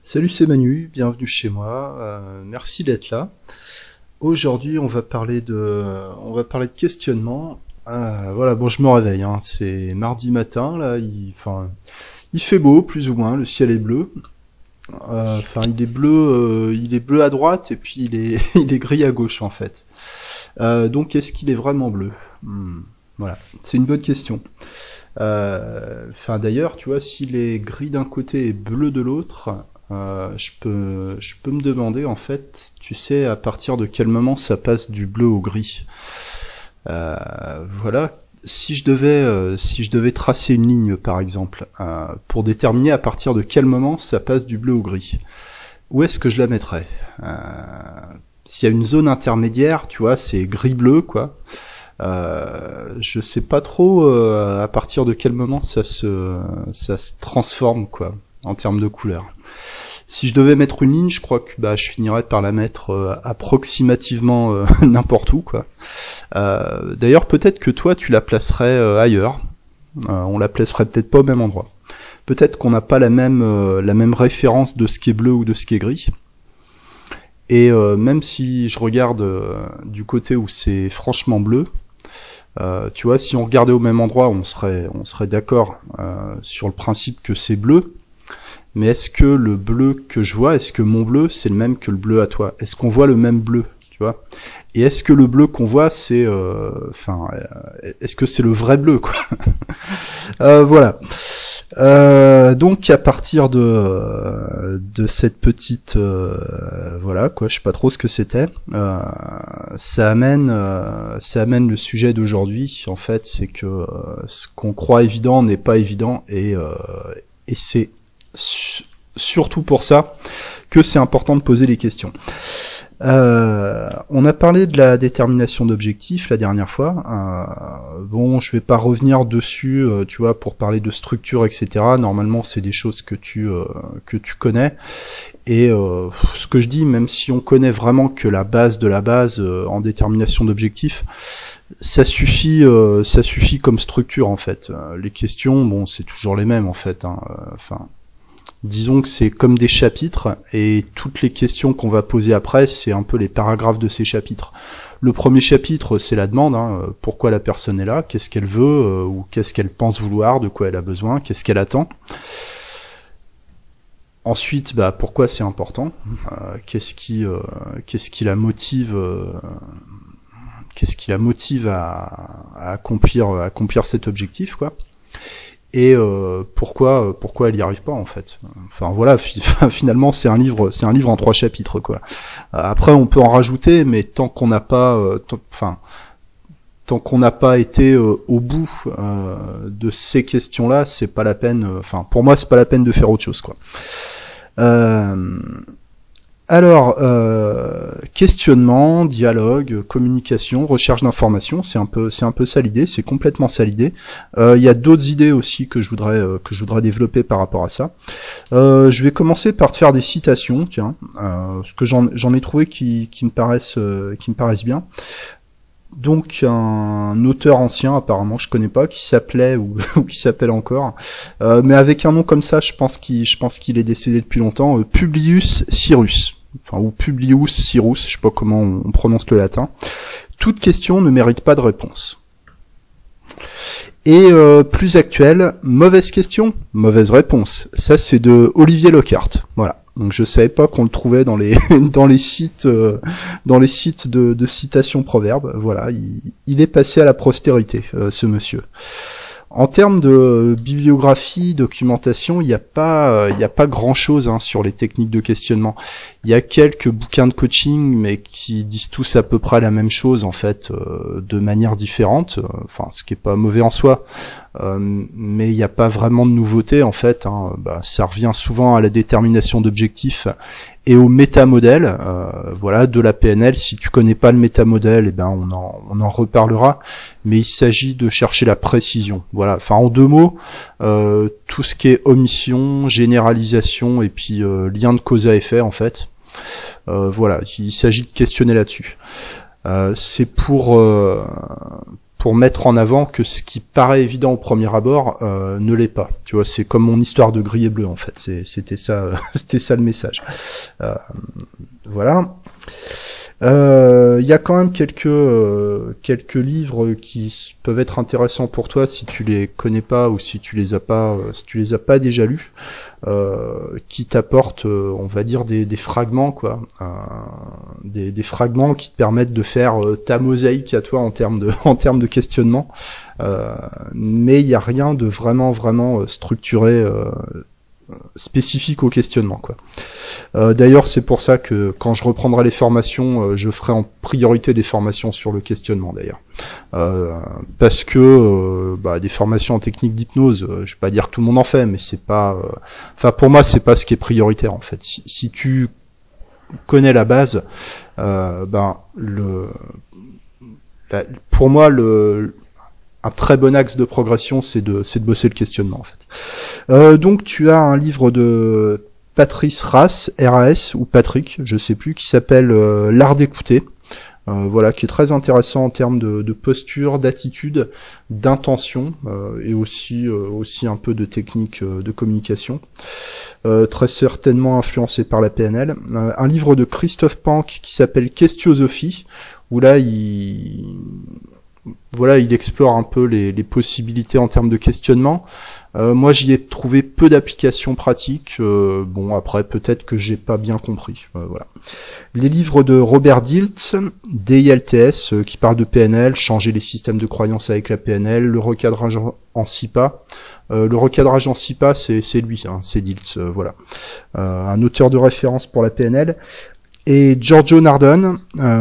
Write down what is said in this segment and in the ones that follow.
Salut, c'est Manu, bienvenue chez moi, merci d'être là. Aujourd'hui, on va parler de questionnement. Voilà, bon, je me réveille, hein, c'est mardi matin, là, il fait beau, plus ou moins, le ciel est bleu. Enfin, il est bleu à droite et puis il est gris à gauche, en fait. Donc, est-ce qu'il est vraiment bleu? Voilà, c'est une bonne question. Enfin, d'ailleurs, tu vois, s'il est gris d'un côté et bleu de l'autre, je peux me demander, en fait, tu sais, à partir de quel moment ça passe du bleu au gris. Voilà. Si je devais tracer une ligne, par exemple, pour déterminer à partir de quel moment ça passe du bleu au gris, où est-ce que je la mettrais? S'il y a une zone intermédiaire, tu vois, c'est gris-bleu, quoi. Je sais pas trop à partir de quel moment ça se transforme, quoi, en termes de couleur. Si je devais mettre une ligne, je crois que bah, je finirais par la mettre approximativement n'importe où, quoi. D'ailleurs, peut-être que toi, tu la placerais ailleurs. On la placerait peut-être pas au même endroit. Peut-être qu'on n'a pas la même référence de ce qui est bleu ou de ce qui est gris. Et même si je regarde du côté où c'est franchement bleu, tu vois, si on regardait au même endroit, on serait d'accord sur le principe que c'est bleu. Mais est-ce que le bleu que je vois, est-ce que mon bleu, c'est le même que le bleu à toi? Est-ce qu'on voit le même bleu, tu vois? Et est-ce que le bleu qu'on voit, est-ce que c'est le vrai bleu, quoi? Voilà. Donc à partir de cette petite voilà quoi, je sais pas trop ce que c'était. Ça amène le sujet d'aujourd'hui. En fait, c'est que ce qu'on croit évident n'est pas évident et c'est surtout pour ça que c'est important de poser les questions. On a parlé de la détermination d'objectifs la dernière fois. Bon, je vais pas revenir dessus, tu vois, pour parler de structure, etc. Normalement, c'est des choses que tu connais. Et ce que je dis, même si on connaît vraiment que la base de la base en détermination d'objectifs, ça suffit comme structure en fait. Les questions, bon, c'est toujours les mêmes en fait. Hein. Enfin, disons que c'est comme des chapitres et toutes les questions qu'on va poser après, c'est un peu les paragraphes de ces chapitres. Le premier chapitre, c'est la demande, hein, pourquoi la personne est là, qu'est-ce qu'elle veut ou qu'est-ce qu'elle pense vouloir, de quoi elle a besoin, qu'est-ce qu'elle attend. Ensuite, bah, pourquoi c'est important, qu'est-ce qui la motive, à accomplir cet objectif, quoi. Et pourquoi elle y arrive pas en fait. Enfin voilà, finalement c'est un livre en 3 chapitres quoi. Après on peut en rajouter, mais tant qu'on n'a pas été au bout de ces questions-là, c'est pas la peine. Enfin pour moi c'est pas la peine de faire autre chose quoi. Euh, questionnement, dialogue, communication, recherche d'informations, c'est un peu ça l'idée, c'est complètement ça l'idée. Il y a d'autres idées aussi que je voudrais développer par rapport à ça. Je vais commencer par te faire des citations, tiens, parce que j'en ai trouvé qui me paraissent bien. Donc un auteur ancien apparemment, je connais pas, qui s'appelait ou qui s'appelle encore, mais avec un nom comme ça, je pense qu'il est décédé depuis longtemps, Publius Cyrus, enfin ou Publius Cyrus, je sais pas comment on prononce le latin. Toute question ne mérite pas de réponse. Et plus actuel, mauvaise question, mauvaise réponse. Ça c'est de Olivier Lockhart. Voilà. Donc je savais pas qu'on le trouvait dans les dans les sites de citations proverbes. Voilà, il est passé à la postérité, ce monsieur. En termes de bibliographie, documentation, il y a pas grand-chose hein, sur les techniques de questionnement. Il y a quelques bouquins de coaching, mais qui disent tous à peu près la même chose en fait, de manière différente. Enfin, ce qui est pas mauvais en soi, mais il n'y a pas vraiment de nouveauté en fait. Hein. Bah, ça revient souvent à la détermination d'objectifs et au métamodèle, voilà, de la PNL. Si tu connais pas le métamodèle, eh ben on en reparlera. Mais il s'agit de chercher la précision. Voilà. Enfin, en 2 mots, tout ce qui est omission, généralisation et puis lien de cause à effet en fait. Voilà, il s'agit de questionner là-dessus. C'est pour mettre en avant que ce qui paraît évident au premier abord ne l'est pas. Tu vois, c'est comme mon histoire de gris et bleu en fait. C'était ça, c'était ça le message. Voilà. Il y a quand même quelques livres qui peuvent être intéressants pour toi si tu les connais pas ou si tu les as pas déjà lus, qui t'apportent, on va dire des fragments quoi, des fragments qui te permettent de faire ta mosaïque à toi en termes de questionnement. Mais il y a rien de vraiment structuré. Spécifique au questionnement quoi. D'ailleurs c'est pour ça que quand je reprendrai les formations je ferai en priorité des formations sur le questionnement d'ailleurs parce que des formations en technique d'hypnose je vais pas dire que tout le monde en fait mais c'est pas enfin pour moi c'est pas ce qui est prioritaire en fait si tu connais la base pour moi un très bon axe de progression c'est de bosser le questionnement en fait. Donc tu as un livre de Patrice Ras, R-A-S, ou Patrick, je sais plus, qui s'appelle L'art d'écouter, voilà, qui est très intéressant en termes de posture, d'attitude, d'intention, et aussi un peu de technique de communication, très certainement influencé par la PNL. Un livre de Christophe Pank qui s'appelle Questiosophie, où là il explore un peu les possibilités en termes de questionnement. Moi, j'y ai trouvé peu d'applications pratiques. Bon, après, peut-être que j'ai pas bien compris. Voilà. Les livres de Robert Dilts, DILTS, qui parlent de PNL, changer les systèmes de croyances avec la PNL, le recadrage en 6 pas. Le recadrage en 6 pas, c'est lui, hein, c'est Dilts, voilà. Un auteur de référence pour la PNL. Et Giorgio Nardone,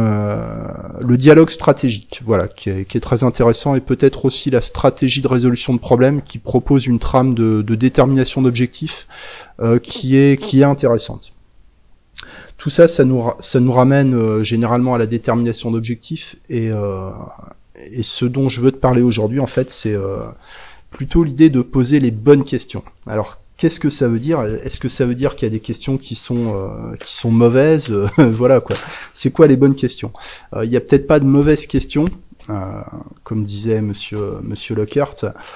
le dialogue stratégique, voilà, qui est très intéressant, et peut-être aussi la stratégie de résolution de problèmes, qui propose une trame de détermination d'objectifs qui est intéressante. Tout ça, ça nous ramène généralement à la détermination d'objectifs, et ce dont je veux te parler aujourd'hui, en fait, c'est plutôt l'idée de poser les bonnes questions. Alors, qu'est-ce que ça veut dire? Est-ce que ça veut dire qu'il y a des questions qui sont mauvaises? Voilà quoi. C'est quoi les bonnes questions? Il y a peut-être pas de mauvaises questions, comme disait Monsieur Lockhart.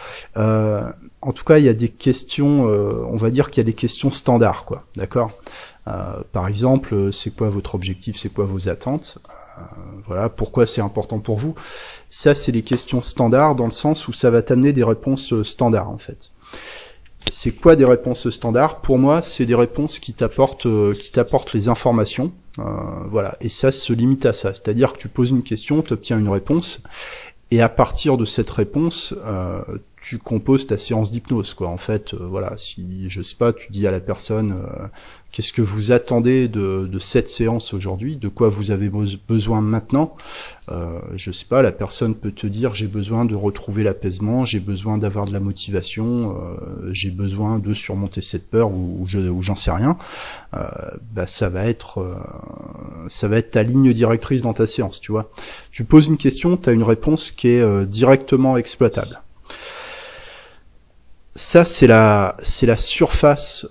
En tout cas, il y a des questions. On va dire qu'il y a des questions standards, quoi. D'accord. Par exemple, c'est quoi votre objectif? C'est quoi vos attentes? Voilà. Pourquoi c'est important pour vous? Ça, c'est les questions standards dans le sens où ça va t'amener des réponses standards en fait. C'est quoi des réponses standards? Pour moi, c'est des réponses qui t'apportent les informations. Voilà. Et ça se limite à ça. C'est-à-dire que tu poses une question, tu obtiens une réponse, et à partir de cette réponse, tu composes ta séance d'hypnose, quoi. En fait, voilà. Si je sais pas, tu dis à la personne qu'est-ce que vous attendez de cette séance aujourd'hui, de quoi vous avez besoin maintenant. Je sais pas, la personne peut te dire j'ai besoin de retrouver l'apaisement, j'ai besoin d'avoir de la motivation, j'ai besoin de surmonter cette peur ou j'en sais rien. Ça va être ta ligne directrice dans ta séance, tu vois. Tu poses une question, tu as une réponse qui est directement exploitable. Ça, c'est la surface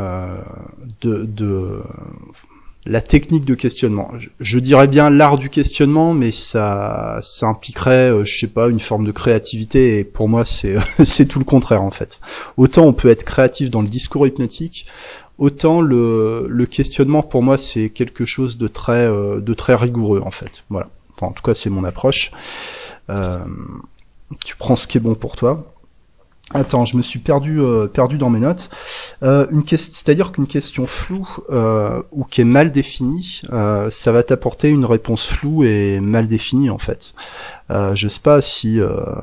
de la technique de questionnement. Je dirais bien l'art du questionnement, mais ça impliquerait, je sais pas, une forme de créativité, et pour moi, c'est c'est tout le contraire, en fait. Autant on peut être créatif dans le discours hypnotique, autant le questionnement, pour moi, c'est quelque chose de très rigoureux, en fait. Voilà. Enfin, en tout cas, c'est mon approche. Tu prends ce qui est bon pour toi. Attends, je me suis perdu dans mes notes. C'est-à-dire qu'une question floue ou qui est mal définie, ça va t'apporter une réponse floue et mal définie en fait. Je sais pas si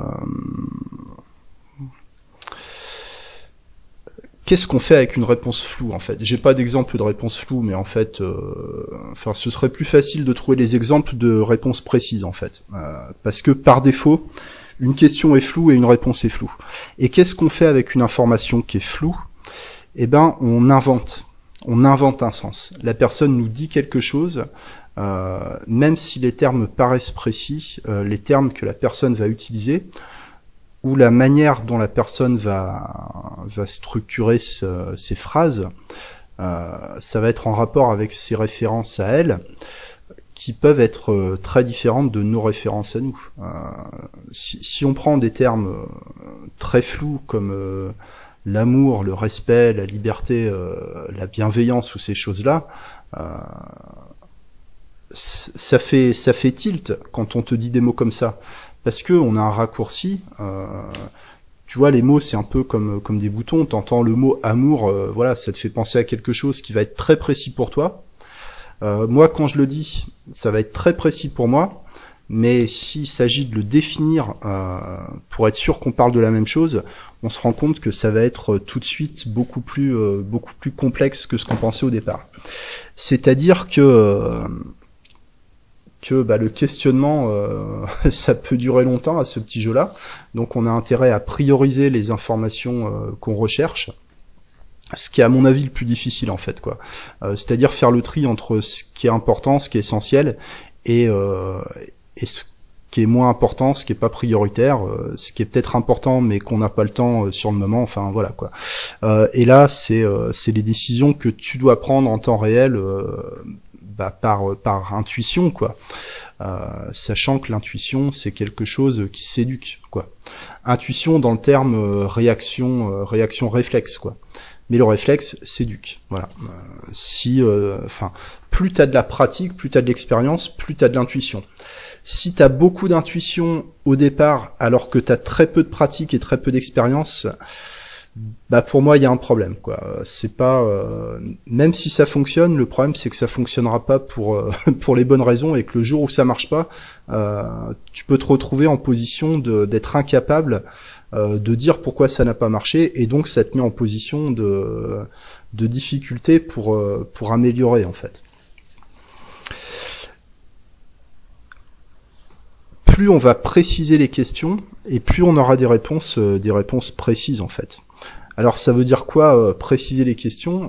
qu'est-ce qu'on fait avec une réponse floue en fait. J'ai pas d'exemple de réponse floue, mais en fait, ce serait plus facile de trouver les exemples de réponses précises en fait, parce que par défaut, une question est floue et une réponse est floue. Et qu'est-ce qu'on fait avec une information qui est floue? Eh ben, on invente un sens. La personne nous dit quelque chose, même si les termes paraissent précis, les termes que la personne va utiliser, ou la manière dont la personne va structurer ses phrases, ça va être en rapport avec ses références à elle, qui peuvent être très différentes de nos références à nous. Si on prend des termes très flous comme l'amour, le respect, la liberté, la bienveillance ou ces choses-là, ça fait tilt quand on te dit des mots comme ça, parce que on a un raccourci. Tu vois, les mots, c'est un peu comme des boutons. T'entends le mot amour, voilà, ça te fait penser à quelque chose qui va être très précis pour toi. Moi, quand je le dis, ça va être très précis pour moi, mais s'il s'agit de le définir pour être sûr qu'on parle de la même chose, on se rend compte que ça va être tout de suite beaucoup plus complexe que ce qu'on pensait au départ. C'est-à-dire que bah, le questionnement, ça peut durer longtemps à ce petit jeu-là, donc on a intérêt à prioriser les informations qu'on recherche, ce qui est à mon avis le plus difficile en fait, quoi. C'est-à-dire faire le tri entre ce qui est important, ce qui est essentiel, et ce qui est moins important, ce qui est pas prioritaire, ce qui est peut-être important mais qu'on n'a pas le temps sur le moment, enfin voilà quoi. Et là c'est les décisions que tu dois prendre en temps réel, bah, par intuition quoi. Sachant que l'intuition c'est quelque chose qui s'éduque quoi. Intuition dans le terme réaction réflexe quoi. Mais le réflexe s'éduque. Voilà. Plus t'as de la pratique, plus t'as de l'expérience, plus t'as de l'intuition. Si t'as beaucoup d'intuition au départ, alors que t'as très peu de pratique et très peu d'expérience, bah pour moi il y a un problème quoi. C'est pas même si ça fonctionne, le problème c'est que ça fonctionnera pas pour pour les bonnes raisons et que le jour où ça marche pas, tu peux te retrouver en position d'être incapable de dire pourquoi ça n'a pas marché et donc ça te met en position de difficulté pour améliorer en fait. Plus on va préciser les questions et plus on aura des réponses précises en fait. Alors ça veut dire quoi préciser les questions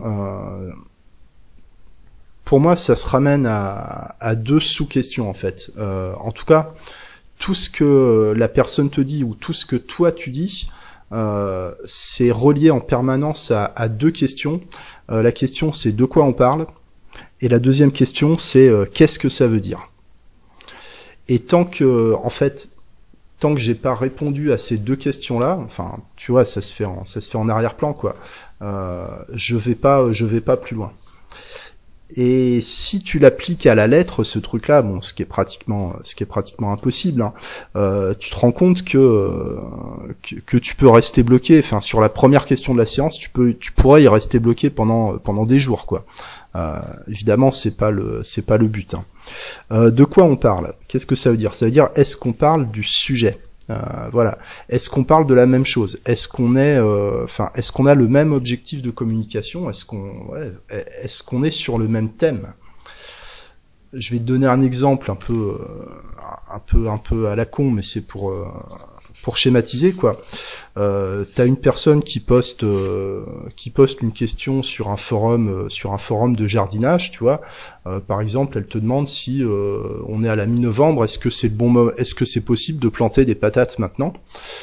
pour moi, ça se ramène à deux sous-questions en fait. En tout cas, tout ce que la personne te dit ou tout ce que toi tu dis, c'est relié en permanence à deux questions. La question, c'est de quoi on parle, et la deuxième question, c'est qu'est-ce que ça veut dire. Et tant que j'ai pas répondu à ces deux questions-là, enfin, tu vois, ça se fait en arrière-plan, quoi. Je vais pas plus loin. Et si tu l'appliques à la lettre, ce truc-là, bon, ce qui est pratiquement impossible, hein, tu te rends compte que tu peux rester bloqué. Enfin, sur la première question de la séance, tu pourrais y rester bloqué pendant des jours, quoi. Évidemment, c'est pas le but. Hein. De quoi on parle? Qu'est-ce que ça veut dire? Ça veut dire est-ce qu'on parle du sujet? Voilà. Est-ce qu'on parle de la même chose? Est-ce qu'on a le même objectif de communication? Est-ce qu'on est sur le même thème? Je vais te donner un exemple un peu à la con, mais c'est pour schématiser quoi. T'as une personne qui poste une question sur un forum de jardinage, tu vois. Par exemple, elle te demande si on est à la mi-novembre, est-ce que c'est possible de planter des patates maintenant?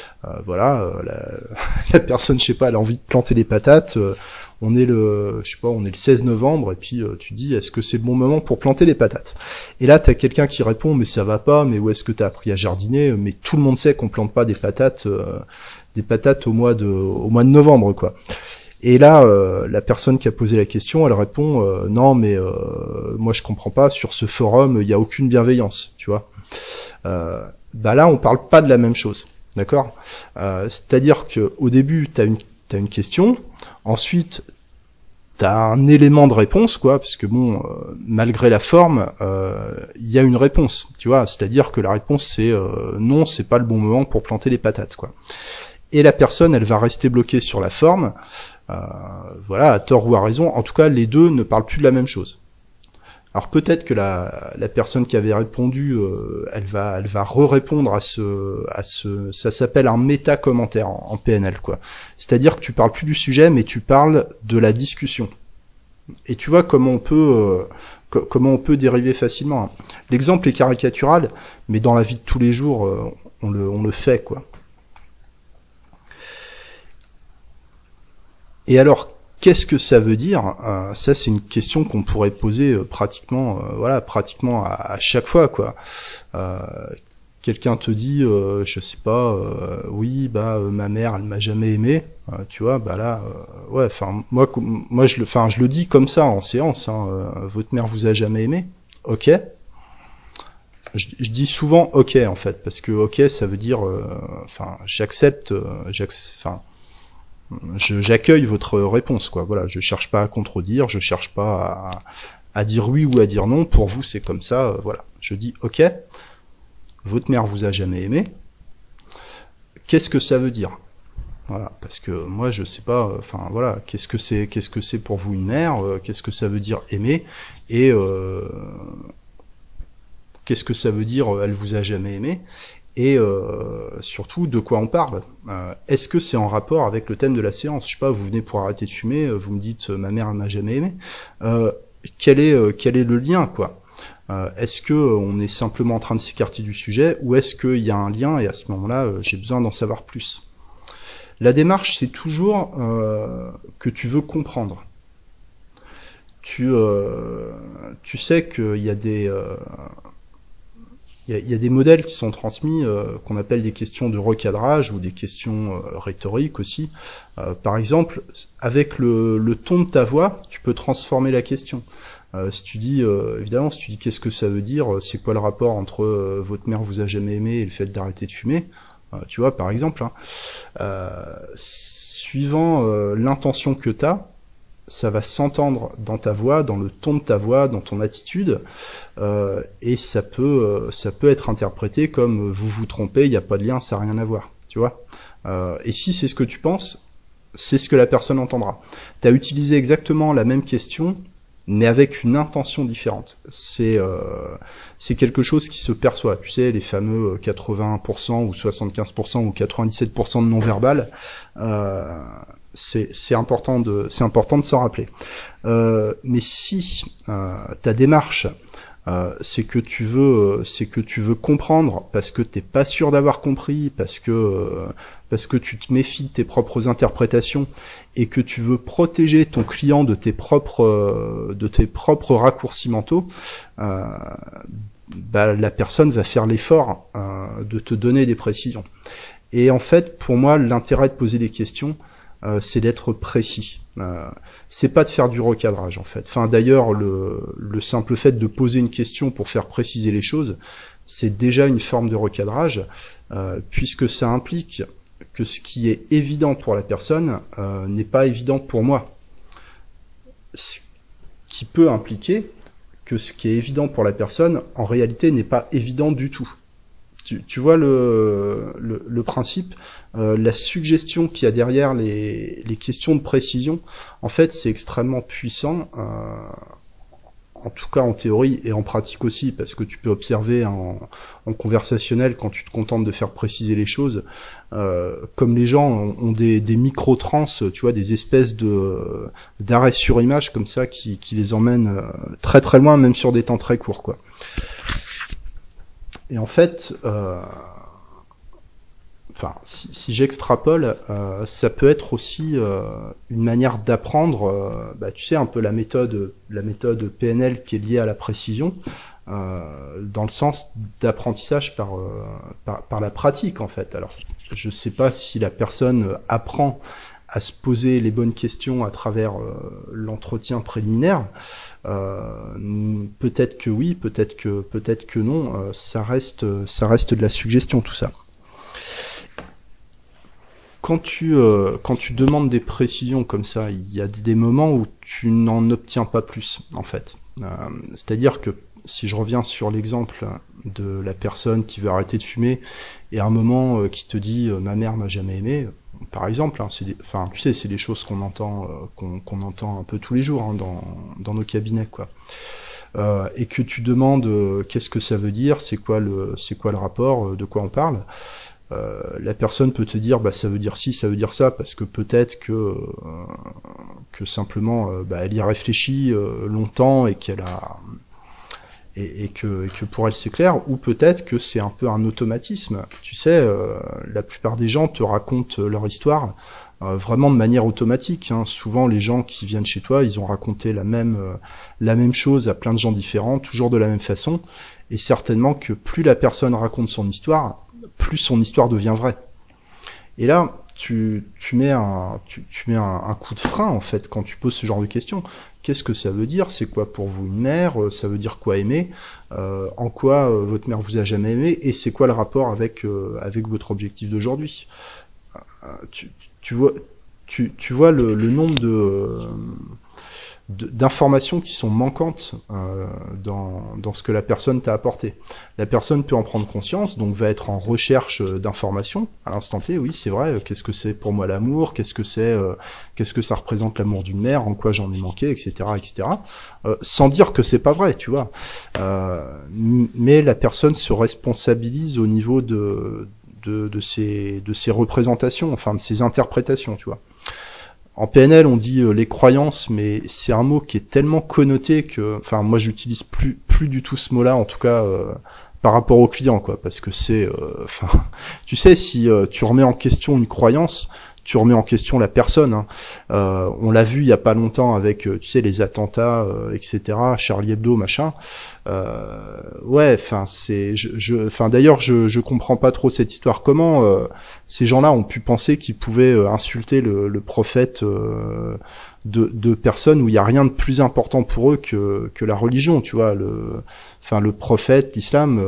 La personne, je sais pas, elle a envie de planter des patates. On est le 16 novembre et puis tu dis est-ce que c'est le bon moment pour planter les patates? Et là t'as quelqu'un qui répond mais ça va pas, mais où est-ce que t'as appris à jardiner? Mais tout le monde sait qu'on plante pas des patates au mois de novembre quoi. Et là la personne qui a posé la question elle répond non mais moi je comprends pas, sur ce forum il y a aucune bienveillance, tu vois. Bah là on parle pas de la même chose. D'accord. C'est-à-dire que au début t'as une question, ensuite t'as un élément de réponse quoi, parce que bon malgré la forme il y a une réponse, tu vois. C'est-à-dire que la réponse c'est non, c'est pas le bon moment pour planter les patates quoi. Et la personne elle va rester bloquée sur la forme, voilà, à tort ou à raison. En tout cas les deux ne parlent plus de la même chose. Alors peut-être que la personne qui avait répondu, elle va re-répondre ça s'appelle un méta-commentaire en PNL quoi. C'est-à-dire que tu parles plus du sujet, mais tu parles de la discussion. Et tu vois comment on peut dériver facilement. Hein. L'exemple est caricatural, mais dans la vie de tous les jours, on le fait quoi. Et alors, Qu'est-ce que ça veut dire? Ça, c'est une question qu'on pourrait poser pratiquement, voilà, pratiquement à chaque fois, quoi. Euh, Quelqu'un te dit, je sais pas, oui, ma mère, elle m'a jamais aimé, tu vois, bah là, ouais, enfin, moi, je le dis comme ça en séance, hein, votre mère vous a jamais aimé, ok. Je dis souvent ok en fait, parce que ok, ça veut dire, enfin, j'accepte, enfin, j'accueille votre réponse, quoi. Voilà, je cherche pas à contredire, je cherche pas à dire oui ou à dire non. Pour vous, c'est comme ça. Voilà, je dis ok. Votre mère vous a jamais aimé. Qu'est-ce que ça veut dire? Voilà, parce que moi je sais pas. Enfin voilà, qu'est-ce que c'est pour vous une mère? Qu'est-ce que ça veut dire aimer? Et qu'est-ce que ça veut dire elle vous a jamais aimé? Et surtout de quoi on parle. Est-ce que c'est en rapport avec le thème de la séance? Je sais pas, vous venez pour arrêter de fumer, vous me dites ma mère m'a jamais aimé. Euh, quel est le lien, quoi? Est-ce que on est simplement en train de s'écarter du sujet, ou est-ce qu'il y a un lien, et à ce moment-là, j'ai besoin d'en savoir plus? La démarche, c'est toujours que tu veux comprendre. Tu, euh, Tu sais qu'il y a il y a des modèles qui sont transmis qu'on appelle des questions de recadrage ou des questions rhétoriques aussi. Par exemple, avec le ton de ta voix, tu peux transformer la question. Si tu dis, évidemment, si tu dis qu'est-ce que ça veut dire, c'est quoi le rapport entre votre mère vous a jamais aimé et le fait d'arrêter de fumer, tu vois, par exemple, hein, suivant l'intention que tu as, ça va s'entendre dans ta voix, dans le ton de ta voix, dans ton attitude, et ça peut être interprété comme vous vous trompez, il n'y a pas de lien, ça n'a rien à voir, tu vois. Et si c'est ce que tu penses, c'est ce que la personne entendra. Tu as utilisé exactement la même question, mais avec une intention différente. C'est quelque chose qui se perçoit. Tu sais, les fameux 80% ou 75% ou 97% de non-verbal, euh, c'est important de s'en rappeler. Mais si ta démarche c'est que tu veux comprendre parce que t'es pas sûr d'avoir compris, parce que tu te méfies de tes propres interprétations et que tu veux protéger ton client de tes propres raccourcis mentaux, euh, la personne va faire l'effort de te donner des précisions. Et en fait, pour moi, l'intérêt de poser des questions, c'est d'être précis. C'est pas de faire du recadrage en fait. Enfin, d'ailleurs, le simple fait de poser une question pour faire préciser les choses, c'est déjà une forme de recadrage, puisque ça implique que ce qui est évident pour la personne n'est pas évident pour moi. Ce qui peut impliquer que ce qui est évident pour la personne, en réalité, n'est pas évident du tout. Tu vois le principe, la suggestion qu'il y a derrière les questions de précision, en fait, c'est extrêmement puissant, en tout cas en théorie et en pratique aussi, parce que tu peux observer en conversationnel, quand tu te contentes de faire préciser les choses, comme les gens ont des micro-trans, tu vois, des espèces d'arrêts sur image comme ça qui les emmènent très très loin, même sur des temps très courts, quoi. Et en fait, enfin, si j'extrapole, ça peut être aussi une manière d'apprendre, tu sais, un peu la méthode PNL qui est liée à la précision, dans le sens d'apprentissage par la pratique, en fait. Alors, je sais pas si la personne apprend à se poser les bonnes questions à travers l'entretien préliminaire. Peut-être que oui, peut-être que non. Ça reste de la suggestion, tout ça. Quand tu demandes des précisions comme ça, il y a des moments où tu n'en obtiens pas plus, en fait. C'est-à-dire que si je reviens sur l'exemple de la personne qui veut arrêter de fumer et à un moment qui te dit ma mère m'a jamais aimé, par exemple, hein, enfin tu sais, c'est des choses qu'on entend qu'on entend un peu tous les jours hein, dans nos cabinets, quoi. Et que tu demandes qu'est-ce que ça veut dire, c'est quoi le rapport, de quoi on parle. La personne peut te dire bah ça veut dire ci, ça veut dire ça, parce que peut-être que simplement elle y réfléchit longtemps et qu'elle a et que pour elle c'est clair, ou peut-être que c'est un peu un automatisme. Tu sais, la plupart des gens te racontent leur histoire vraiment de manière automatique, hein. Souvent, les gens qui viennent chez toi, ils ont raconté la même chose à plein de gens différents, toujours de la même façon, et certainement que plus la personne raconte son histoire, plus son histoire devient vraie. Et là, tu mets un coup de frein, en fait, quand tu poses ce genre de questions. Qu'est-ce que ça veut dire? C'est quoi pour vous une mère? Ça veut dire quoi aimer? En quoi votre mère vous a jamais aimé? Et c'est quoi le rapport avec votre objectif d'aujourd'hui? Tu, tu vois, tu vois le nombre d'informations qui sont manquantes dans ce que la personne t'a apporté. La personne peut en prendre conscience, donc va être en recherche d'informations à l'instant T. Oui, c'est vrai. Qu'est-ce que c'est pour moi l'amour? Qu'est-ce que ça représente l'amour d'une mère? En quoi j'en ai manqué, etc., etc. Sans dire que c'est pas vrai, tu vois. Mais la personne se responsabilise au niveau de ses représentations, enfin de ses interprétations, tu vois. En PNL, on dit les croyances, mais c'est un mot qui est tellement connoté que, enfin, moi, j'utilise plus du tout ce mot-là, en tout cas, par rapport au client, quoi, parce que enfin, tu sais, si tu remets en question une croyance, tu remets en question la personne, hein. On l'a vu il y a pas longtemps avec, tu sais, les attentats, etc., Charlie Hebdo, machin. Ouais, enfin, enfin, d'ailleurs, je comprends pas trop cette histoire. Comment ces gens-là ont pu penser qu'ils pouvaient insulter le prophète de personnes où il y a rien de plus important pour eux que la religion, tu vois. Enfin, le prophète, l'islam,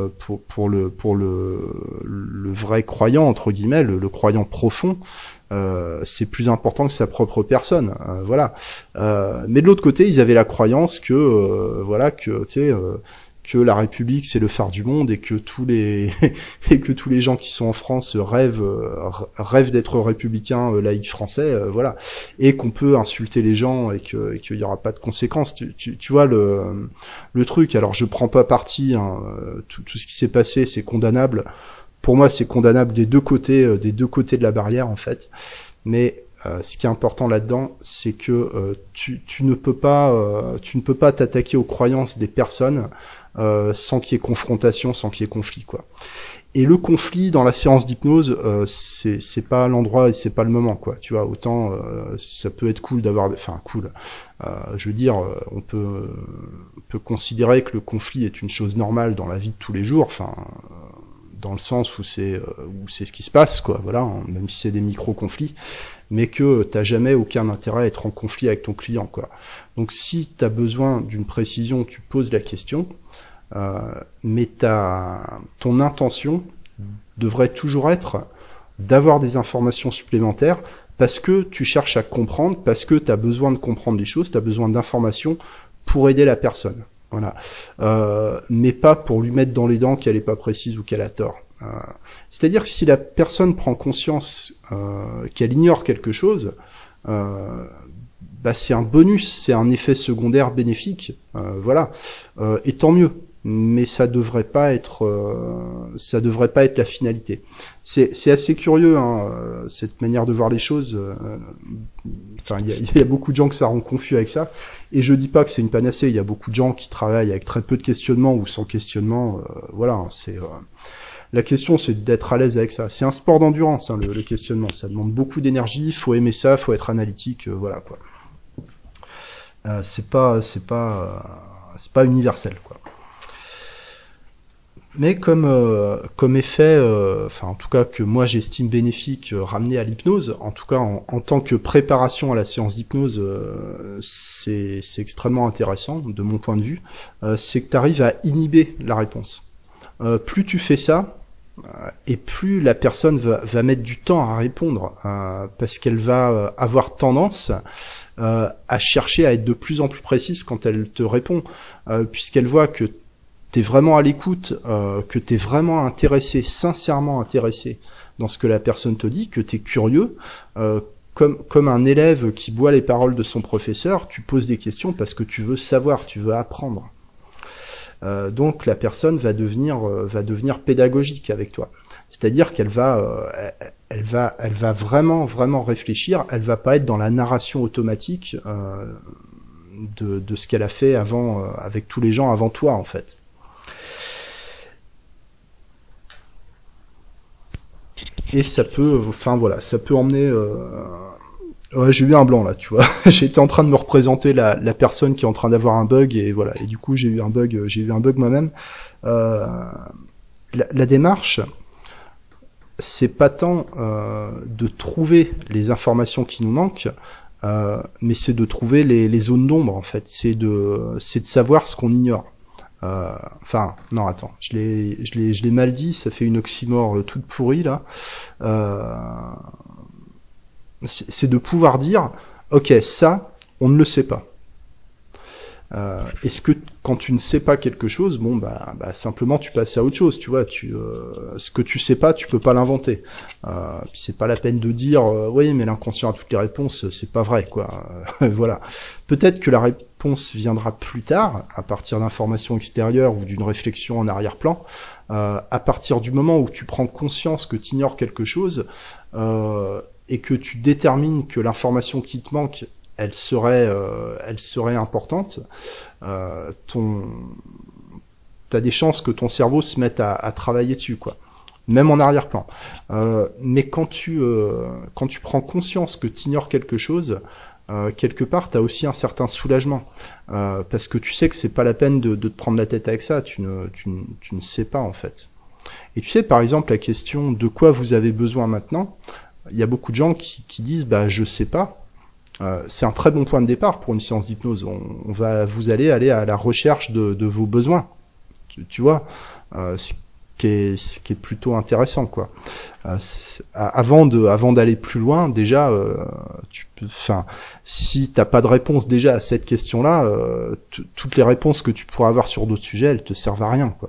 le vrai croyant entre guillemets, le croyant profond. C'est plus important que sa propre personne, voilà. Mais de l'autre côté, ils avaient la croyance que, voilà, que tu sais, que la République c'est le phare du monde et que tous les et que tous les gens qui sont en France rêvent d'être républicains laïcs français, voilà, et qu'on peut insulter les gens et qu'il y aura pas de conséquences. Tu vois le truc. Alors je prends pas parti, hein, tout ce qui s'est passé, c'est condamnable. Pour moi, c'est condamnable des deux côtés de la barrière en fait. Mais ce qui est important là-dedans, c'est que tu ne peux pas t'attaquer aux croyances des personnes sans qu'il y ait confrontation, sans qu'il y ait conflit, quoi. Et le conflit dans la séance d'hypnose, c'est pas l'endroit et c'est pas le moment, quoi. Tu vois, autant ça peut être cool d'avoir, enfin cool. Je veux dire, on peut considérer que le conflit est une chose normale dans la vie de tous les jours. Enfin, dans le sens où c'est ce qui se passe, quoi. Voilà, hein, même si c'est des micro-conflits, mais que t'as jamais aucun intérêt à être en conflit avec ton client, quoi. Donc si t'as besoin d'une précision, tu poses la question, mais ton intention devrait toujours être d'avoir des informations supplémentaires parce que tu cherches à comprendre, parce que tu as besoin de comprendre les choses, tu as besoin d'informations pour aider la personne. Voilà. Mais pas pour lui mettre dans les dents qu'elle est pas précise ou qu'elle a tort. C'est-à-dire que si la personne prend conscience qu'elle ignore quelque chose, euh, bah c'est un bonus, c'est un effet secondaire bénéfique, voilà. Et tant mieux. Mais ça devrait pas être la finalité. C'est assez curieux, hein, cette manière de voir les choses. Enfin, il y a beaucoup de gens que ça rend confus avec ça. Et je dis pas que c'est une panacée. Il y a beaucoup de gens qui travaillent avec très peu de questionnement ou sans questionnement. Voilà, hein, la question, c'est d'être à l'aise avec ça. C'est un sport d'endurance, hein, le questionnement. Ça demande beaucoup d'énergie. Faut aimer ça, faut être analytique, voilà quoi. C'est pas universel, quoi. Mais comme effet, enfin en tout cas que moi j'estime bénéfique, ramené à l'hypnose, en tout cas en tant que préparation à la séance d'hypnose, c'est extrêmement intéressant de mon point de vue. C'est que tu arrives à inhiber la réponse. Plus tu fais ça, et plus la personne va mettre du temps à répondre, parce qu'elle va avoir tendance à chercher à être de plus en plus précise quand elle te répond, puisqu'elle voit que t'es vraiment à l'écoute, que t'es vraiment intéressé, sincèrement intéressé dans ce que la personne te dit, que t'es curieux, comme un élève qui boit les paroles de son professeur, tu poses des questions parce que tu veux savoir, tu veux apprendre. Donc la personne va devenir pédagogique avec toi. C'est-à-dire qu'elle va vraiment, vraiment réfléchir. Elle va pas être dans la narration automatique de ce qu'elle a fait avant, avec tous les gens avant toi, en fait. Et ça peut, enfin voilà, ça peut emmener Ouais, j'ai eu un blanc là, tu vois. J'étais en train de me représenter la personne qui est en train d'avoir un bug et voilà. Et du coup, j'ai eu un bug moi-même. Euh, la démarche, c'est pas tant de trouver les informations qui nous manquent, mais c'est de trouver les zones d'ombre en fait. C'est de savoir ce qu'on ignore. Enfin, non, attends, je l'ai mal dit. Ça fait une oxymore toute pourrie là. Euh, c'est de pouvoir dire, ok, ça, on ne le sait pas. Est-ce que quand tu ne sais pas quelque chose, bon bah simplement tu passes à autre chose, tu vois, ce que tu sais pas, tu peux pas l'inventer. Puis c'est pas la peine de dire oui mais l'inconscient a toutes les réponses, c'est pas vrai quoi. Voilà. Peut-être que la réponse viendra plus tard, à partir d'informations extérieures ou d'une réflexion en arrière-plan. À partir du moment où tu prends conscience que tu ignores quelque chose et que tu détermines que l'information qui te manque elle serait importante, ton, t'as des chances que ton cerveau se mette à travailler dessus, quoi. Même en arrière-plan. Mais quand tu prends conscience que tu ignores quelque chose, quelque part, tu as aussi un certain soulagement. Parce que tu sais que c'est pas la peine de te prendre la tête avec ça. Tu ne sais pas, en fait. Et tu sais, par exemple, la question de quoi vous avez besoin maintenant, il y a beaucoup de gens qui disent bah je sais pas. C'est un très bon point de départ pour une séance d'hypnose. Vous allez aller à la recherche de vos besoins, tu vois, ce qui est plutôt intéressant, quoi. Avant d'aller plus loin, déjà, enfin, si t'as pas de réponse déjà à cette question-là, toutes les réponses que tu pourras avoir sur d'autres sujets, elles te servent à rien, quoi.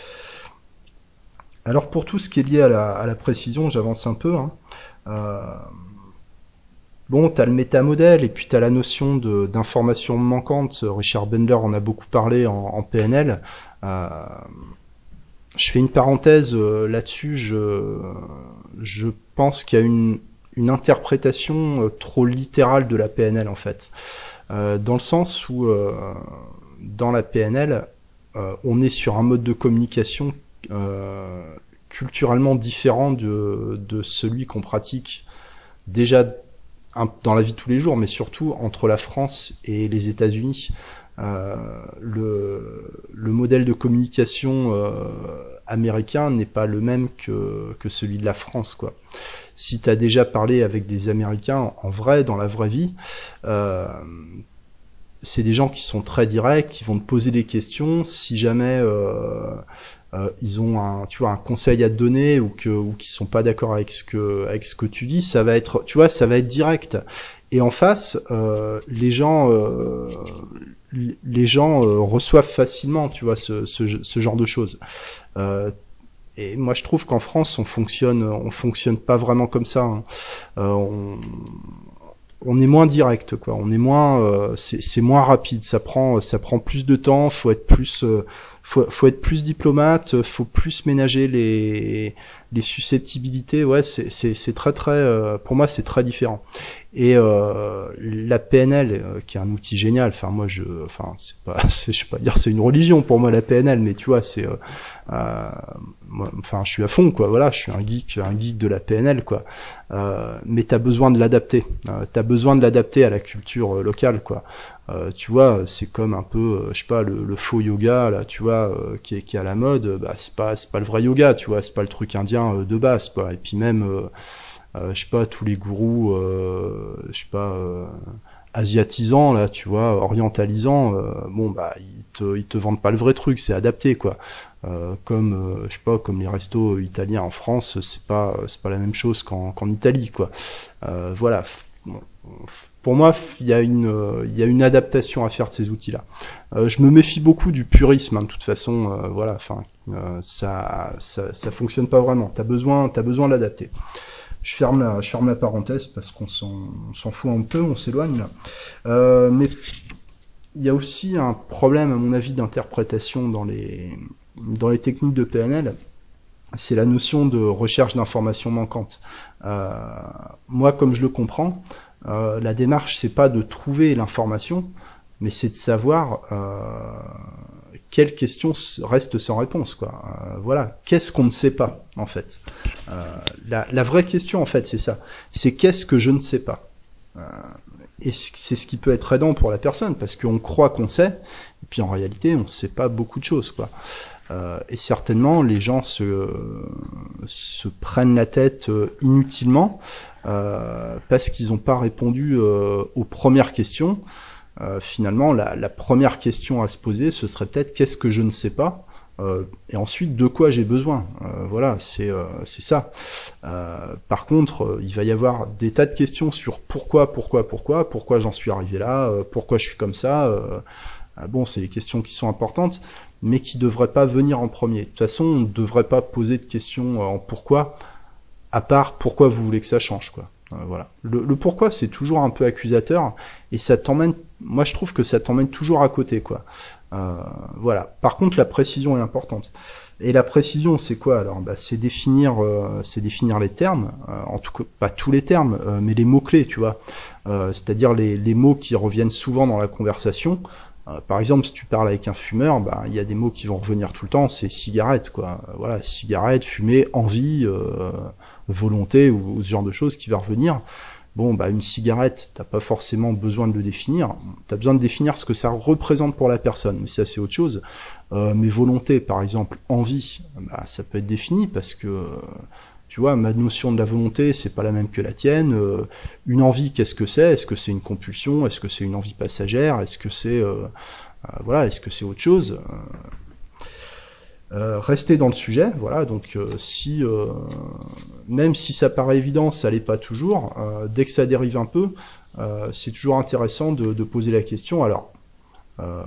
Alors pour tout ce qui est lié à la précision, j'avance un peu. Hein. Euh, Bon, t'as le métamodèle et puis t'as la notion d'information manquante. Richard Bandler en a beaucoup parlé en PNL. Euh, je fais une parenthèse là-dessus. Je pense qu'il y a une interprétation trop littérale de la PNL en fait, dans le sens où dans la PNL, on est sur un mode de communication euh, culturellement différent de celui qu'on pratique déjà dans la vie de tous les jours, mais surtout entre la France et les États-Unis. Le modèle de communication américain n'est pas le même que celui de la France, quoi. Si tu as déjà parlé avec des Américains en vrai, dans la vraie vie, euh, c'est des gens qui sont très directs, qui vont te poser des questions. Si jamais ils ont tu vois, un conseil à te donner ou qu'ils sont pas d'accord avec ce que tu dis, ça va être, tu vois, ça va être direct. Et en face, les gens reçoivent facilement, tu vois, ce genre de choses. Euh, et moi, je trouve qu'en France, on fonctionne pas vraiment comme ça. Hein. Euh, on est moins direct, quoi. On est moins, c'est moins rapide. Ça prend plus de temps. Faut être plus diplomate. Faut plus ménager les susceptibiltés. Ouais, c'est très très, pour moi, c'est très différent. Et la PNL, qui est un outil génial. Enfin, enfin, c'est pas, je sais pas dire, c'est une religion pour moi la PNL, mais tu vois, euh, moi, enfin, je suis à fond, quoi. Voilà, je suis un geek de la PNL, quoi. Mais t'as besoin de l'adapter. T'as besoin de l'adapter à la culture locale, quoi. Tu vois, c'est comme un peu, je sais pas, le faux yoga, là, tu vois, qui est à la mode. Bah, c'est pas le vrai yoga, tu vois. C'est pas le truc indien de base, quoi. Et puis même, je sais pas, tous les gourous, je sais pas. Asiatisants là, tu vois, orientalisants, bon bah ils te vendent pas le vrai truc, c'est adapté quoi. Comme je sais pas, comme les restos italiens en France, c'est pas la même chose qu'en Italie quoi. Voilà. Bon, pour moi, il y a une adaptation à faire de ces outils-là. Je me méfie beaucoup du purisme, hein, de toute façon. Voilà, enfin, ça fonctionne pas vraiment. T'as besoin de l'adapter. Je ferme la parenthèse parce on s'en fout un peu, on s'éloigne là. Mais il y a aussi un problème, à mon avis, d'interprétation dans les techniques de PNL. C'est la notion de recherche d'informations manquantes. Euh, Moi, comme je le comprends, la démarche, c'est pas de trouver l'information, mais c'est de savoir quelles questions restent sans réponse. Quoi. Voilà, qu'est-ce qu'on ne sait pas, en fait. La vraie question, en fait, c'est ça. C'est qu'est-ce que je ne sais pas. Et c'est ce qui peut être aidant pour la personne, parce qu'on croit qu'on sait, et puis en réalité, on ne sait pas beaucoup de choses, quoi. Et certainement, les gens se prennent la tête inutilement parce qu'ils n'ont pas répondu aux premières questions. Finalement, la première question à se poser, ce serait peut-être qu'est-ce que je ne sais pas, et ensuite de quoi j'ai besoin. Voilà, c'est ça. Par contre, il va y avoir des tas de questions sur pourquoi j'en suis arrivé là, pourquoi je suis comme ça. Bon, c'est des questions qui sont importantes, mais qui ne devraient pas venir en premier. De toute façon, on ne devrait pas poser de questions en pourquoi, à part pourquoi vous voulez que ça change, quoi. Voilà. Le pourquoi, c'est toujours un peu accusateur, et ça t'emmène. Moi, je trouve que ça t'emmène toujours à côté, quoi. Voilà. Par contre, la précision est importante. Et la précision, c'est quoi alors? Bah, c'est définir les termes, en tout cas pas tous les termes, mais les mots clés, tu vois. C'est-à-dire les mots qui reviennent souvent dans la conversation. Par exemple, si tu parles avec un fumeur, bah, il y a des mots qui vont revenir tout le temps, c'est cigarette, quoi. Voilà, cigarette, fumée, envie, volonté ou ce genre de choses qui va revenir. Bon, bah, une cigarette, t'as pas forcément besoin de le définir. T'as besoin de définir ce que ça représente pour la personne, mais ça c'est autre chose. Mes volontés, par exemple, envie, bah, ça peut être défini parce que tu vois, ma notion de la volonté, c'est pas la même que la tienne. Une envie, qu'est-ce que c'est? Est-ce que c'est une compulsion? Est-ce que c'est une envie passagère? Est-ce que c'est voilà, est-ce que c'est autre chose? Rester dans le sujet, voilà. Donc, si même si ça paraît évident, ça l'est pas toujours. Dès que ça dérive un peu, c'est toujours intéressant de poser la question. Alors, euh,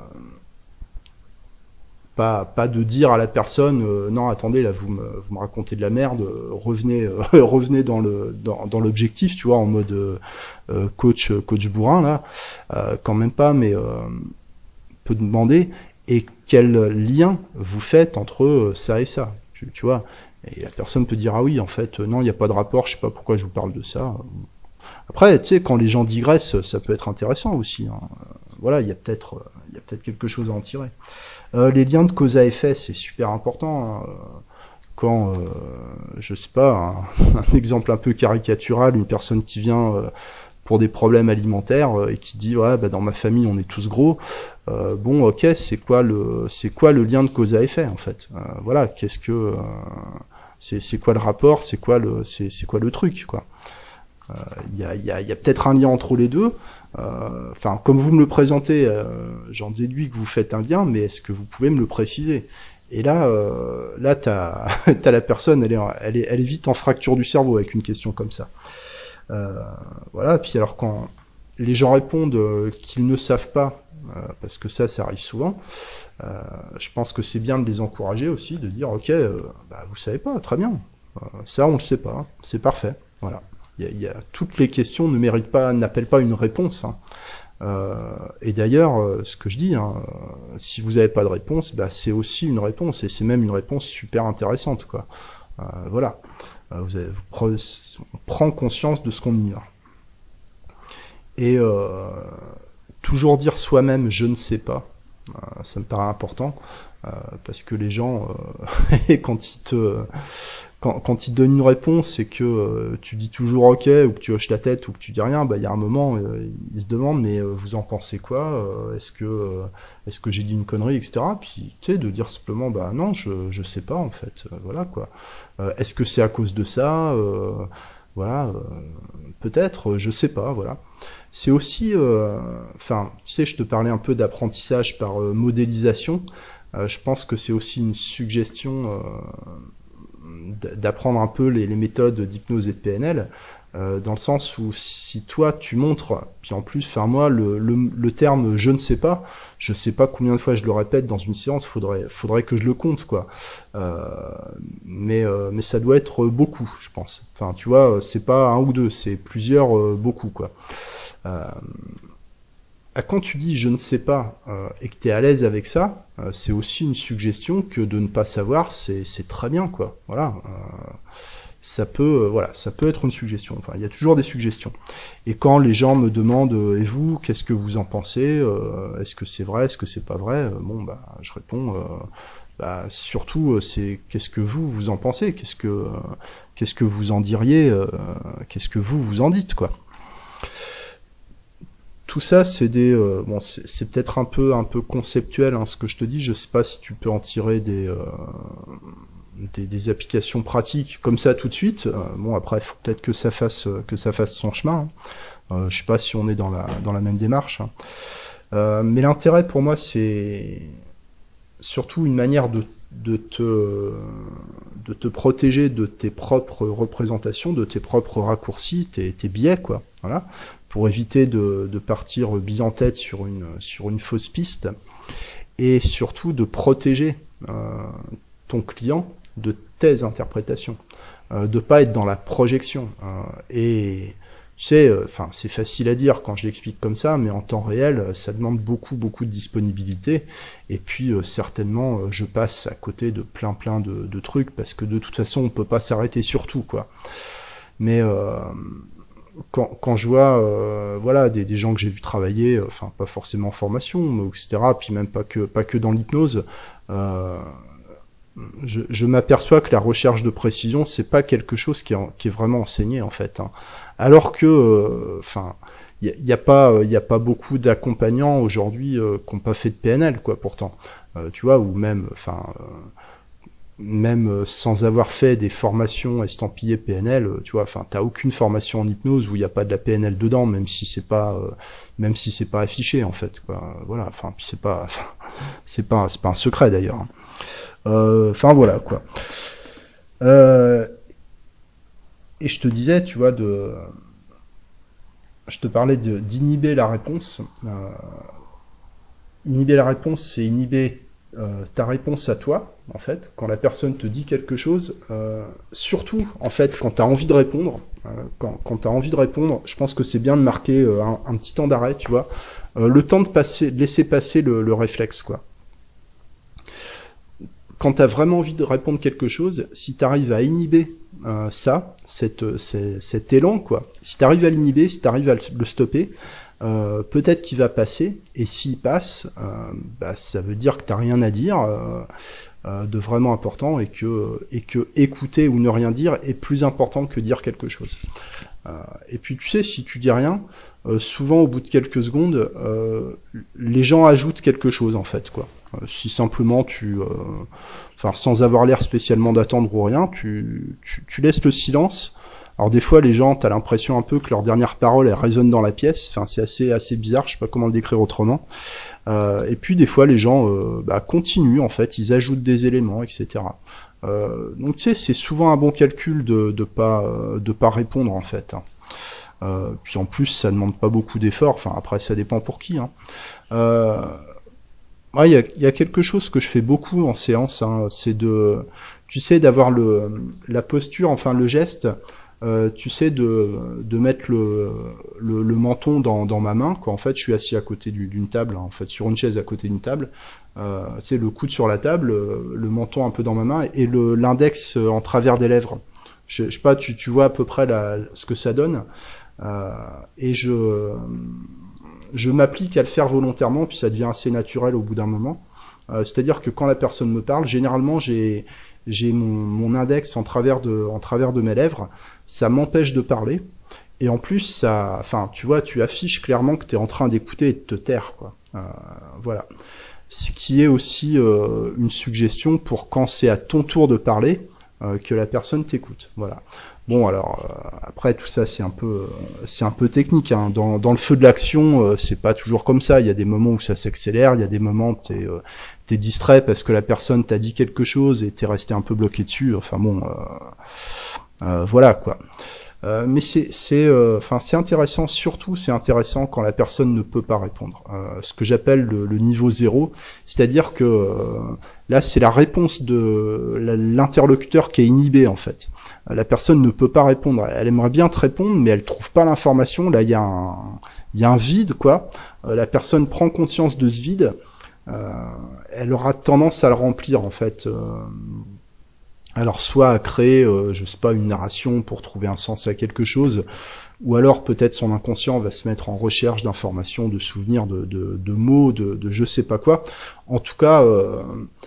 pas de dire à la personne non attendez là vous me racontez de la merde, revenez revenez dans l'objectif, tu vois, en mode coach bourrin là, quand même pas, mais peut demander et quel lien vous faites entre ça et ça, tu vois. Et la personne peut dire ah oui en fait non il n'y a pas de rapport, je sais pas pourquoi je vous parle de ça. Après tu sais quand les gens digressent ça peut être intéressant aussi, hein. Voilà, il y a peut-être quelque chose à en tirer. Les liens de cause à effet, c'est super important, hein. Quand, je sais pas, un exemple un peu caricatural, une personne qui vient pour des problèmes alimentaires et qui dit ouais bah dans ma famille on est tous gros, bon ok c'est quoi le lien de cause à effet en fait, voilà qu'est-ce que c'est quoi le rapport, c'est quoi le truc quoi. Il y a peut-être un lien entre les deux. Enfin, comme vous me le présentez, j'en déduis que vous faites un lien, mais est-ce que vous pouvez me le préciser? Et là, t'as t'as la personne, elle est vite en fracture du cerveau avec une question comme ça. Euh, voilà. Puis alors quand les gens répondent qu'ils ne savent pas, parce que ça arrive souvent, je pense que c'est bien de les encourager aussi, de dire ok, bah, vous savez pas, très bien, ça on le sait pas, hein, c'est parfait, voilà. Toutes les questions ne méritent pas, n'appellent pas une réponse, hein. Et d'ailleurs, ce que je dis, hein, si vous n'avez pas de réponse, bah, c'est aussi une réponse, et c'est même une réponse super intéressante, quoi. Voilà. On prend conscience de ce qu'on ignore. Et toujours dire soi-même je ne sais pas, ça me paraît important, parce que les gens, quand quand ils te donnent une réponse et que tu dis toujours ok ou que tu hoches la tête ou que tu dis rien, bah il y a un moment ils se demandent mais vous en pensez quoi, est-ce que j'ai dit une connerie, etc. Puis tu sais, de dire simplement bah non je sais pas en fait, voilà quoi. Est-ce que c'est à cause de ça, voilà, peut-être, je sais pas, voilà. C'est aussi, enfin, tu sais, je te parlais un peu d'apprentissage par modélisation. Je pense que c'est aussi une suggestion d'apprendre un peu les méthodes d'hypnose et de PNL, dans le sens où si toi tu montres, puis en plus, enfin moi, le terme je sais pas combien de fois je le répète dans une séance, faudrait que je le compte, quoi. Euh, mais ça doit être beaucoup, je pense. Enfin, tu vois, c'est pas un ou deux, c'est plusieurs, beaucoup, quoi. Euh, Quand tu dis je ne sais pas et que tu es à l'aise avec ça, c'est aussi une suggestion que de ne pas savoir, c'est très bien, quoi. Voilà. Voilà, ça peut être une suggestion. Enfin, il y a toujours des suggestions. Et quand les gens me demandent et vous, qu'est-ce que vous en pensez, est-ce que c'est vrai, est-ce que c'est pas vrai, bon bah je réponds bah, surtout c'est qu'est-ce que vous en pensez, qu'est-ce que vous en diriez, qu'est-ce que vous en dites, quoi. Tout ça, c'est des bon, c'est peut-être un peu conceptuel hein, ce que je te dis. Je sais pas si tu peux en tirer des applications pratiques comme ça tout de suite. Bon, après, il faut peut-être que ça fasse son chemin. Hein. Je sais pas si on est dans la même démarche. Hein. Mais l'intérêt pour moi, c'est surtout une manière de te protéger de tes propres représentations, de tes propres raccourcis, tes biais, quoi. Voilà, pour éviter de partir bille en tête sur une fausse piste, et surtout de protéger ton client de tes interprétations, de pas être dans la projection. Et tu sais, enfin, c'est facile à dire quand je l'explique comme ça, mais en temps réel, ça demande beaucoup de disponibilité. Et puis, certainement, je passe à côté de plein de trucs, parce que de toute façon, on peut pas s'arrêter sur tout, quoi. Mais quand je vois, voilà, des gens que j'ai vu travailler, enfin, pas forcément en formation, mais etc., puis même pas que dans l'hypnose, euh, je m'aperçois que la recherche de précision, c'est pas quelque chose qui est vraiment enseigné en fait. Hein. Alors que, enfin, y a pas beaucoup d'accompagnants aujourd'hui qui n'ont pas fait de PNL, quoi. Pourtant, tu vois, ou même, enfin, même sans avoir fait des formations estampillées PNL, tu vois, enfin, t'as aucune formation en hypnose où il n'y a pas de la PNL dedans, même si c'est pas affiché en fait, quoi. Voilà, enfin, puis c'est pas un secret d'ailleurs. Hein. Enfin voilà quoi. Euh, et je te disais, tu vois, je te parlais d'inhiber la réponse. Inhiber la réponse, c'est inhiber ta réponse à toi, en fait, quand la personne te dit quelque chose, surtout, en fait, quand tu as envie de répondre, quand tu as envie de répondre, je pense que c'est bien de marquer un petit temps d'arrêt, tu vois, le temps de laisser passer le réflexe, quoi. Quand tu as vraiment envie de répondre quelque chose, si tu arrives à inhiber cet élan, quoi, si tu arrives à l'inhiber, si tu arrives à le stopper, peut-être qu'il va passer, et s'il passe, bah, ça veut dire que tu n'as rien à dire de vraiment important, et que écouter ou ne rien dire est plus important que dire quelque chose. Et puis tu sais, si tu dis rien, souvent au bout de quelques secondes, les gens ajoutent quelque chose en fait, quoi. Si simplement enfin sans avoir l'air spécialement d'attendre ou rien, tu laisses le silence. Alors des fois, les gens, t'as l'impression un peu que leur dernière parole, elle résonne dans la pièce. Enfin, c'est assez bizarre. Je sais pas comment le décrire autrement. Et puis des fois, les gens bah, continuent en fait, ils ajoutent des éléments, etc. Donc tu sais, c'est souvent un bon calcul de pas répondre en fait. Hein. Puis en plus, ça demande pas beaucoup d'efforts. Enfin, après, ça dépend pour qui. Hein. Euh, ouais, y a quelque chose que je fais beaucoup en séance. Hein, c'est tu sais, d'avoir la posture, enfin le geste. Tu sais, de mettre le menton dans ma main. Quoi. En fait, je suis assis à côté d'une table, hein, en fait, sur une chaise à côté d'une table. Tu sais, le coude sur la table, le menton un peu dans ma main et l'index en travers des lèvres. Je sais pas, tu vois à peu près ce que ça donne. Euh, et je m'applique à le faire volontairement, puis ça devient assez naturel au bout d'un moment. C'est-à-dire que quand la personne me parle, généralement j'ai mon index en travers de mes lèvres, ça m'empêche de parler. Et en plus, ça, enfin, tu vois, tu affiches clairement que tu es en train d'écouter et de te taire, quoi. Voilà. Ce qui est aussi une suggestion pour quand c'est à ton tour de parler, que la personne t'écoute. Voilà. Bon, alors après tout ça c'est un peu technique. Hein. Dans le feu de l'action, c'est pas toujours comme ça. Il y a des moments où ça s'accélère, il y a des moments où t'es distrait parce que la personne t'a dit quelque chose et t'es resté un peu bloqué dessus. Enfin bon, voilà quoi. Mais enfin, c'est intéressant, surtout c'est intéressant quand la personne ne peut pas répondre. Ce que j'appelle le niveau zéro, c'est-à-dire que là c'est la réponse de l'interlocuteur qui est inhibé en fait. La personne ne peut pas répondre. Elle aimerait bien te répondre, mais elle trouve pas l'information. Là il y a un vide quoi. La personne prend conscience de ce vide. Euh, Elle aura tendance à le remplir en fait. Alors soit à créer, je sais pas, une narration pour trouver un sens à quelque chose, ou alors peut-être son inconscient va se mettre en recherche d'informations, de souvenirs, de mots, de je sais pas quoi. En tout cas,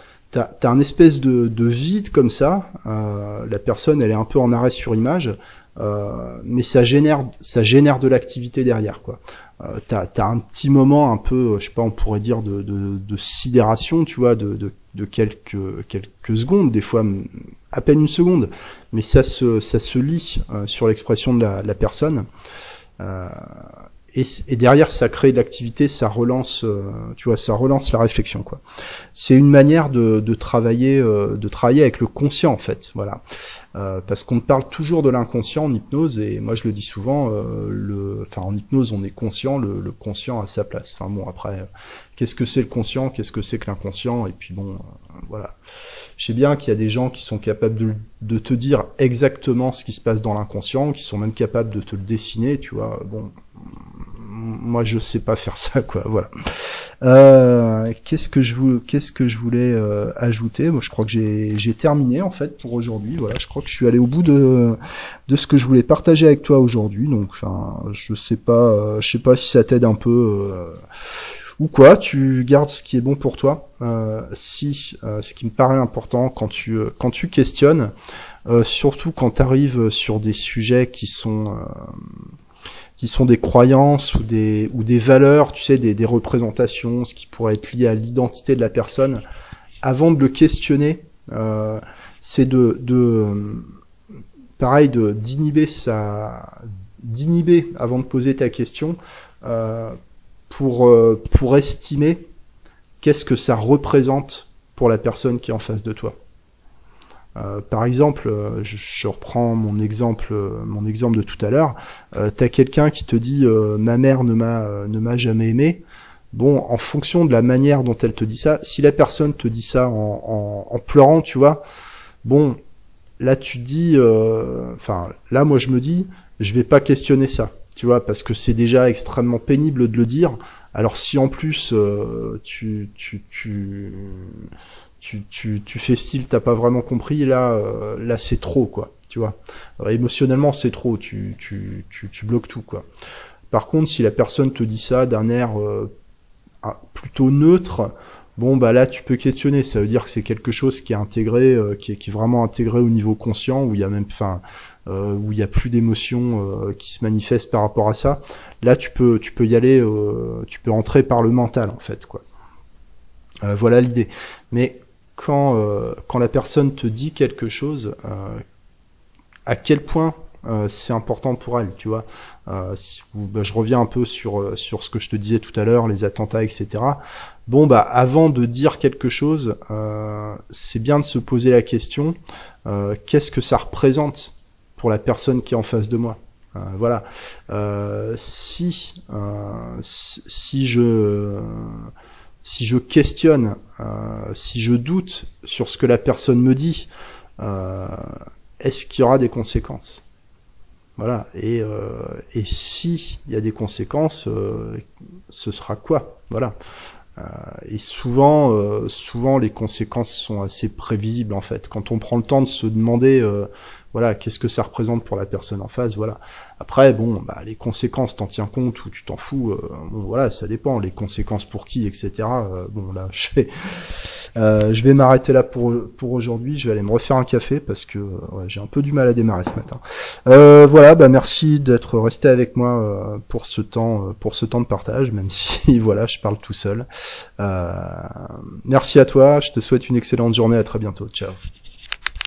t'as un espèce de vide comme ça. La personne, elle est un peu en arrêt sur image. mais ça génère de l'activité derrière, quoi. T'as un petit moment un peu, je sais pas, on pourrait dire de sidération, tu vois, de quelques secondes, des fois à peine une seconde, mais ça se lit sur l'expression de la personne. Euh, et derrière, ça crée de l'activité, ça relance, tu vois, ça relance la réflexion, quoi. C'est une manière de travailler avec le conscient, en fait, voilà. Parce qu'on parle toujours de l'inconscient en hypnose, et moi je le dis souvent, en hypnose, on est conscient, le conscient a sa place. Enfin bon, après, qu'est-ce que c'est le conscient, qu'est-ce que c'est que l'inconscient, et puis bon, voilà. Je sais bien qu'il y a des gens qui sont capables de te dire exactement ce qui se passe dans l'inconscient, qui sont même capables de te le dessiner, tu vois. Bon, moi je sais pas faire ça, quoi. Voilà. Qu'est-ce que je voulais ajouter? Moi, je crois que j'ai terminé en fait pour aujourd'hui. Voilà, je crois que je suis allé au bout de ce que je voulais partager avec toi aujourd'hui. Donc, enfin, je sais pas si ça t'aide un peu ou quoi. Tu gardes ce qui est bon pour toi. Si ce qui me paraît important quand tu questionnes, surtout quand tu arrives sur des sujets qui sont des croyances ou des valeurs, tu sais, des représentations, ce qui pourrait être lié à l'identité de la personne, avant de le questionner, c'est pareil, d'inhiber avant de poser ta question, euh, pour estimer qu'est-ce que ça représente pour la personne qui est en face de toi. Par exemple, je reprends mon exemple de tout à l'heure. T'as quelqu'un qui te dit ma mère ne m'a jamais aimé. Bon, en fonction de la manière dont elle te dit ça, si la personne te dit ça en pleurant, tu vois, bon, là tu te dis, là moi je me dis, je vais pas questionner ça, tu vois, parce que c'est déjà extrêmement pénible de le dire. Alors si en plus tu fais style, t'as pas vraiment compris, là c'est trop, quoi, tu vois. Émotionnellement c'est trop, tu bloques tout, quoi. Par contre, si la personne te dit ça d'un air plutôt neutre, bon bah là tu peux questionner. Ça veut dire que c'est quelque chose qui est intégré, qui est vraiment intégré au niveau conscient, où il y a même, où il y a plus d'émotions qui se manifestent par rapport à ça. Là tu peux y aller, tu peux entrer par le mental en fait, quoi. Voilà l'idée. Mais quand la personne te dit quelque chose, à quel point c'est important pour elle, tu vois. Je reviens un peu sur ce que je te disais tout à l'heure, les attentats, etc. Bon, bah, avant de dire quelque chose, c'est bien de se poser la question, qu'est-ce que ça représente pour la personne qui est en face de moi. Voilà. Si je questionne, si je doute sur ce que la personne me dit, euh, est-ce qu'il y aura des conséquences? Voilà. Et si il y a des conséquences, ce sera quoi? Voilà. Et souvent les conséquences sont assez prévisibles en fait. Quand on prend le temps de se demander, voilà, qu'est-ce que ça représente pour la personne en face, voilà. Après, bon, bah, les conséquences, t'en tiens compte ou tu t'en fous, bon, voilà, ça dépend. Les conséquences pour qui, etc. Bon, là, je vais m'arrêter là pour aujourd'hui. Je vais aller me refaire un café parce que ouais, j'ai un peu du mal à démarrer ce matin. Voilà, bah merci d'être resté avec moi pour ce temps de partage, même si voilà, je parle tout seul. Merci à toi. Je te souhaite une excellente journée. À très bientôt. Ciao.